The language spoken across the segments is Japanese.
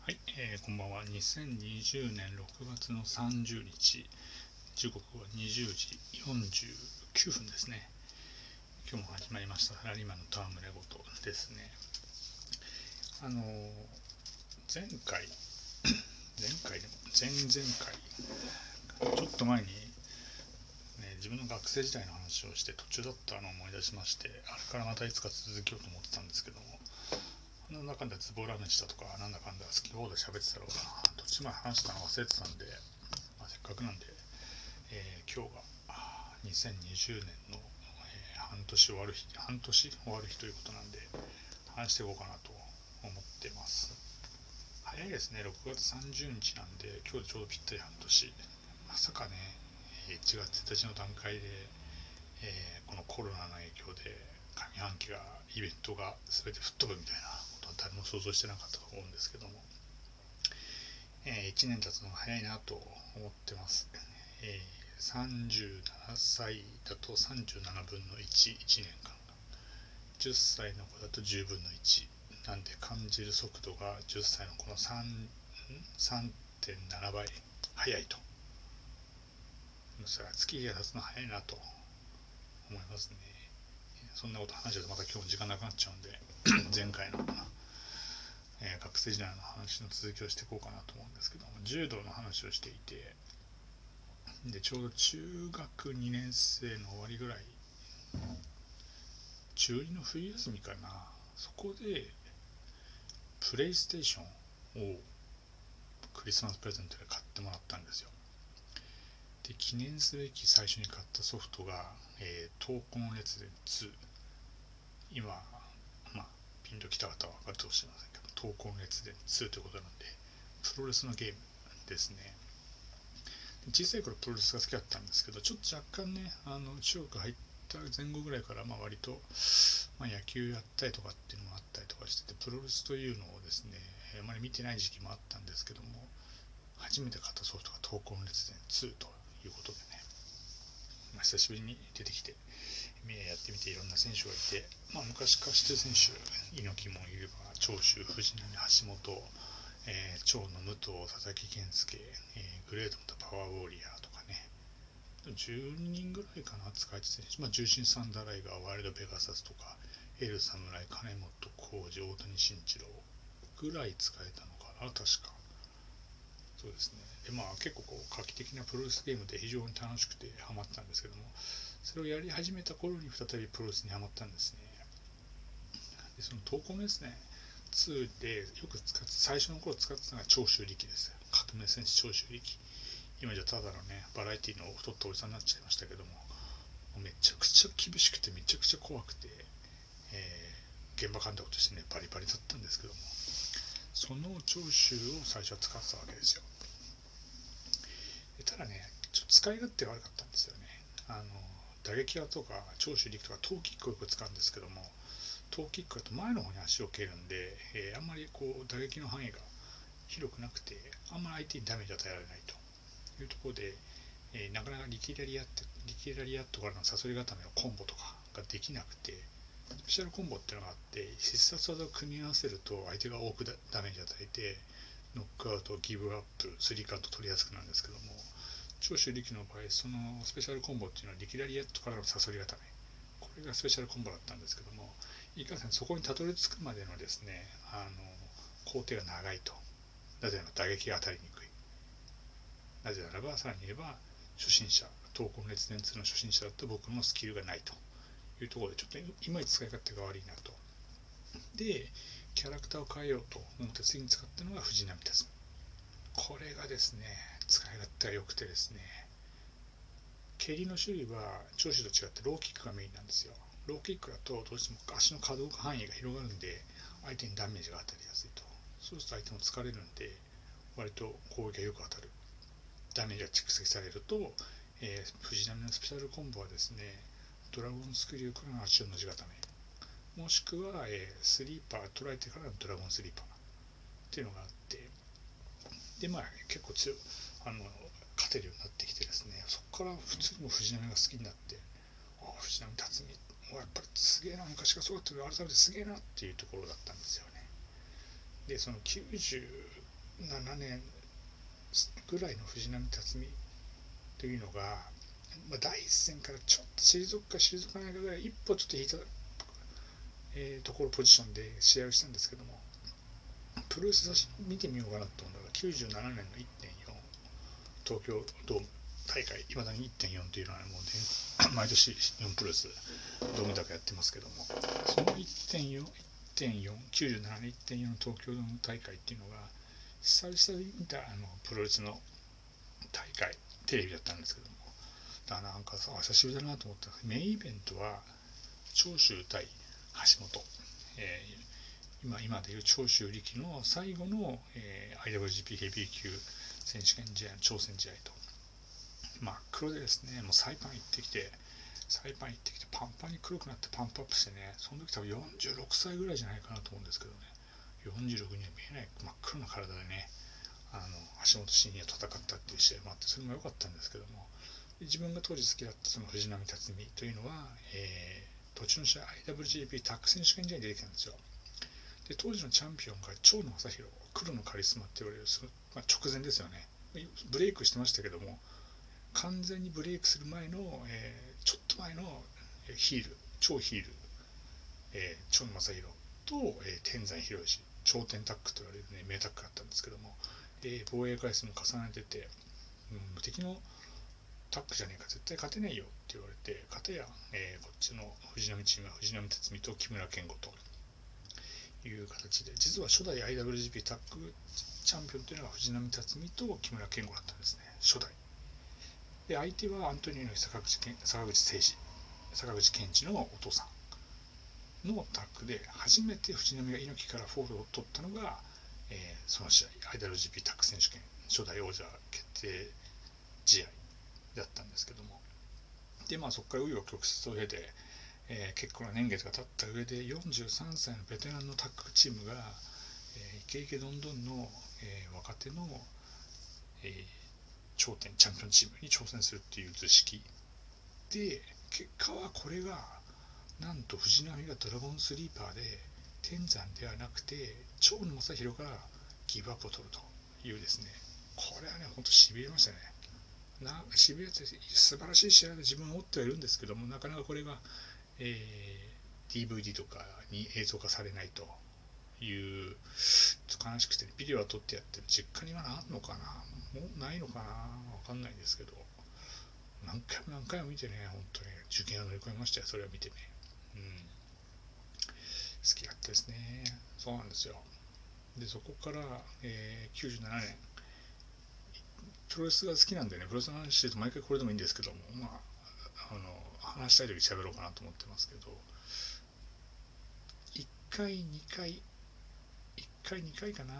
はい、こんばんは。2020年6月の30日、時刻は20時49分ですね。今日も始まりましたサラリーマンのタームレごとですね。前回、前々回、ちょっと前に、自分の学生時代の話をして途中だったのを思い出しまして、あれからまたいつか続けようと思ってたんですけども、なんだかんだズボラ飯だとか、なんだかんだ好き放題喋ってたろうな、途中まで話したの忘れてたんで、せっかくなんで、今日が2020年の、半年終わる日ということなんで話していこうかなと思ってます。早いですね。6月30日なんで今日でちょうどぴったり半年。まさかね、1月1日の段階で、このコロナの影響で上半期がイベントが全て吹っ飛ぶみたいなことは誰も想像してなかったと思うんですけども、1年経つのが早いなと思ってます。37歳だと37分の1、1年間が10歳の子だと10分の1なんで、感じる速度が10歳の子の 3.7 倍早いと。それは月日が経つの早いなと思いますね。そんなこと話してるとまた今日も時間なくなっちゃうんで前回の、学生時代の話の続きをしていこうかなと思うんですけども、柔道の話をしていて、でちょうど中学2年生の終わりぐらい、中2の冬休みかな、そこでプレイステーションをクリスマスプレゼントで買ってもらったんですよ。で記念すべき最初に買ったソフトが、闘魂列伝2。今、ピンときた方は分かるかもしれませんけど、闘魂列伝2ということなんで、プロレスのゲームですね。小さい頃プロレスが好きだったんですけど、ちょっと若干ね、中学入った前後ぐらいから割と、野球やったりとかっていうのもあったりとかしてて、プロレスというのをですね、あまり見てない時期もあったんですけども、初めて買ったソフトが闘魂列伝2ということでね、久しぶりに出てきてやってみて、いろんな選手がいて、昔から知ってる選手、猪木もいれば長州、藤波、橋本、長野武藤、佐々木健介、グレートとパワーウォリアーとかね、12人ぐらいかな使えてて、重心サンダーライガー、ワイルドペガサスとか、エル侍、金本浩二、大谷慎一郎ぐらい使えたのかな、確か。そうですね。で結構画期的なプロレスゲームで非常に楽しくてハマったんですけども、それをやり始めた頃に再びプロレスにハマったんですね。でその闘魂ですね2でよく使って、最初の頃使ってたのが長州力ですよ。革命戦士長州力。今じゃただのねバラエティの太ったおじさんになっちゃいましたけども、めちゃくちゃ厳しくてめちゃくちゃ怖くて、現場監督としてねバリバリだったんですけども、その長州を最初は使ってたわけですよ。ただね、ちょっと使い勝手が悪かったんですよね。打撃技とか長州力とかトーキックをよく使うんですけども、トーキックだと前の方に足を蹴るんで、あんまり打撃の範囲が広くなくて、あんまり相手にダメージを与えられないというところで、なかなかリキラリアットからのサソリ固めのコンボとかができなくて、スペシャルコンボっていうのがあって、必殺技を組み合わせると相手が多くダメージを与えて、ノックアウト、ギブアップ、スリーカウント取りやすくなるんですけども、長州力の場合、そのスペシャルコンボっていうのはリキラリアットからのサソリ固め、これがスペシャルコンボだったんですけども、いかんせんそこにたどり着くまでのですね、工程が長いと。なぜなら打撃が当たりにくい。なぜならば、さらに言えば、初心者、闘魂列伝2の初心者だと僕のスキルがないというところで、ちょっといまいち使い勝手が悪いなと。で、キャラクターを変えようと思って次に使ったのが藤波辰巳。これがですね、使い勝手が良くてですね、蹴りの種類は長州と違ってローキックがメインなんですよ。ローキックだとどうしても足の可動範囲が広がるんで、相手にダメージが当たりやすいと。そうすると相手も疲れるんで、割と攻撃がよく当たる。ダメージが蓄積されると、藤波のスペシャルコンボはですね、ドラゴンスクリューからの足をの字固め、もしくは、スリーパー捉えてからのドラゴンスリーパーっていうのがあって、で結構勝てるようになってきてですね、そこから普通にも藤波が好きになって、藤波辰巳やっぱりすげえな、昔からそうだったけど改めてすげえなっていうところだったんですよね。でその90 7年ぐらいの藤波辰巳というのが、第一線からちょっと退くか退かないかぐらい一歩ちょっと引いた、ところポジションで試合をしたんですけども、プロレス見てみようかなと思ったら97年の 1.4 東京ドーム大会、いまだに 1.4 というのはもう毎年4プロレスドーム高やってますけども、その 1.4、97年 1.4 の東京ドーム大会っていうのが久々に見たプロレスの大会、テレビだったんですけども、なんかさ久しぶりだなと思ったら、メインイベントは長州対橋本、今でいう長州力の最後の、IWGP ヘビー級選手権試合の挑戦試合と、真っ黒でですね、もうサイパン行ってきてパンパンに黒くなってパンプアップしてね、その時多分46歳ぐらいじゃないかなと思うんですけどね、46には見えない真っ黒な体でね、橋本真也と戦ったっていう試合もあって、それも良かったんですけども、自分が当時好きだったその藤波辰巳というのは、途中の試合 IWGP タッグ選手権試合に出てきたんですよ。で当時のチャンピオンが蝶野正弘、黒のカリスマって言われる、直前ですよね、ブレイクしてましたけども、完全にブレイクする前の、ちょっと前のヒール、超ヒール、蝶野正弘と、天山博之、頂点タッグと言われる、ね、名タッグだったんですけども、防衛回数も重ねてて、無敵のタッグじゃねえか、絶対勝てないよって言われて、片や、こっちの藤波チームは藤波辰巳と木村健吾という形で、実は初代 IWGP タッグチャンピオンというのが藤波辰巳と木村健吾だったんですね、初代で。相手はアントニオ猪木坂口健二のお父さんのタッグで、初めて藤波が猪木からフォールを取ったのが、その試合 IWGP タッグ選手権初代王者決定試合だったんですけども、でそこから紆余曲折を経て、結構な年月が経った上で43歳のベテランのタッグチームが、イケイケどんどんの、若手の、頂点チャンピオンチームに挑戦するっていう図式で、結果はこれがなんと藤波がドラゴンスリーパーで天山ではなくて蝶野正弘がギブアップを取るというですね、これはねほんとしびれましたね。しびれて素晴らしい試合で自分は思ってはいるんですけども、なかなかこれが、DVD とかに映像化されないという悲しくて、ね、ビデオは撮ってやってる実家にはあるのかな、もうないのかな、分かんないんですけど、何回も見てね、本当に受験を乗り越えましたよ、それを見てね。好きだったですね。そうなんですよ。でそこから、97年プロレスが好きなんでね、プロレスの話してると毎回これでもいいんですけども、話したい時喋ろうかなと思ってますけど、1回2回かな、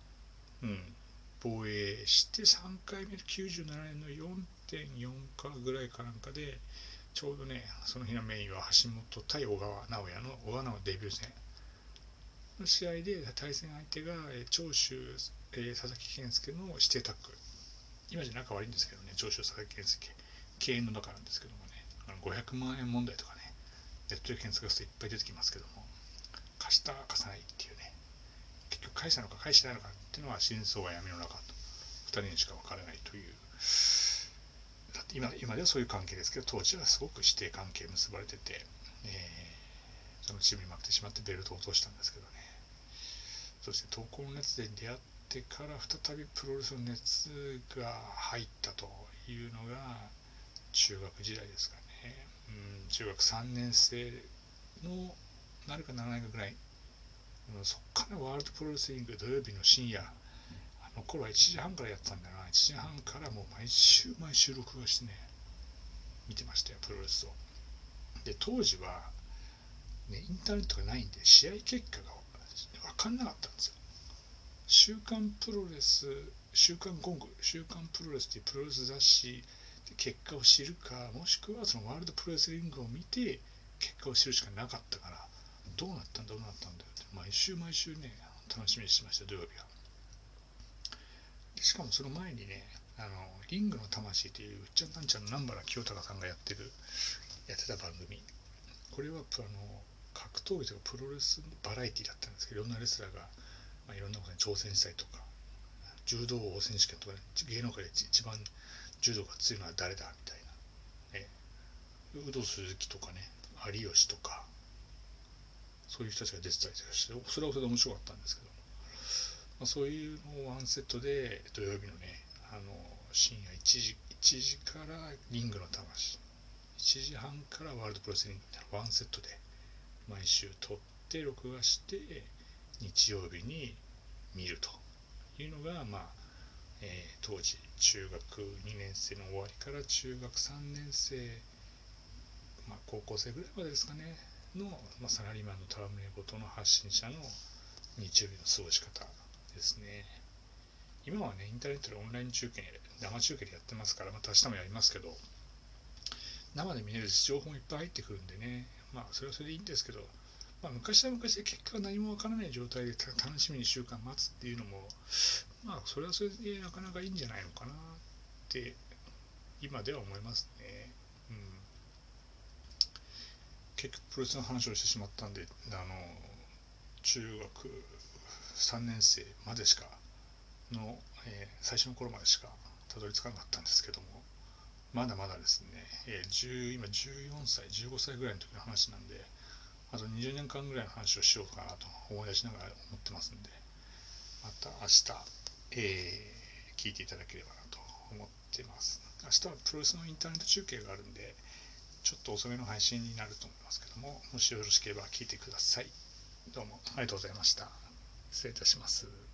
防衛して3回目の97年の 4.4 かぐらいかなんかで、ちょうどねその日のメインは橋本対小川直也の小川直デビュー戦の試合で、対戦相手が長州、佐々木健介の指定タッグ、今じゃ仲悪いんですけどね、長州佐々木健介経営の中なんですけどもね、500万円問題とかね、ネットで検索するといっぱい出てきますけども、貸した貸さないっていうね、結局返したのか返してないのかっていうのは真相は闇の中と2人にしか分からないという、だって今ではそういう関係ですけど、当時はすごく師弟関係結ばれてて、そのチームに負けてしまってベルトを落としたんですけどね。そして闘魂の熱で出会ってから再びプロレスの熱が入ったというのが中学時代ですかね。中学3年生のなるかならないかぐらい、そっからワールドプロレスリング土曜日の深夜、あの頃は1時半からやってたんだな、1時半からもう毎週録画してね見てましたよ、プロレスを。で当時は、ね、インターネットがないんで試合結果が分かんなかったんですよ。週刊プロレス、週刊ゴング、週刊プロレスというプロレス雑誌で結果を知るか、もしくはそのワールドプロレスリングを見て結果を知るしかなかったから、どうなったんだって毎週ね楽しみにしてました、土曜日は。でしかもその前にね、リングの魂といううっちゃんたんちゃんの南原清隆さんがやってた番組、これは格闘技とかプロレスバラエティだったんですけど、いろんなレスラーが、いろんなことに挑戦したりとか、 柔道王選手権とか、ね、芸能界で一番柔道が強いのは誰だみたいな、ね、有働鈴木とかね、有吉とか、そういう人たちが出てたりとかして、それはそれで面白かったんですけど、そういうのをワンセットで土曜日のね、深夜1時からリングの魂、1時半からワールドプロレスリングみたいなワンセットで毎週撮って録画して日曜日に見るというのが、当時中学2年生の終わりから中学3年生、高校生ぐらいまでですかねの、サラリーマンの戯れ事の発信者の日曜日の過ごし方ですね。今はね、インターネットでオンライン中継、生中継でやってますから、また明日もやりますけど、生で見れる情報もいっぱい入ってくるんでね、それはそれでいいんですけど、昔は昔で結果は何もわからない状態で楽しみに1週間待つっていうのも、それはそれでなかなかいいんじゃないのかなって今では思いますね。結局プロレスの話をしてしまったんで、中学3年生までしかの、最初の頃までしかたどり着かなかったんですけども、まだまだですね、今14歳15歳ぐらいの時の話なんで、あと20年間ぐらいの話をしようかなと思い出しながら思ってますんで、また明日、聞いていただければなと思ってます。明日はプロレスのインターネット中継があるんで、ちょっと遅めの配信になると思いますけども、もしよろしければ聞いてください。どうもありがとうございました。失礼いたします。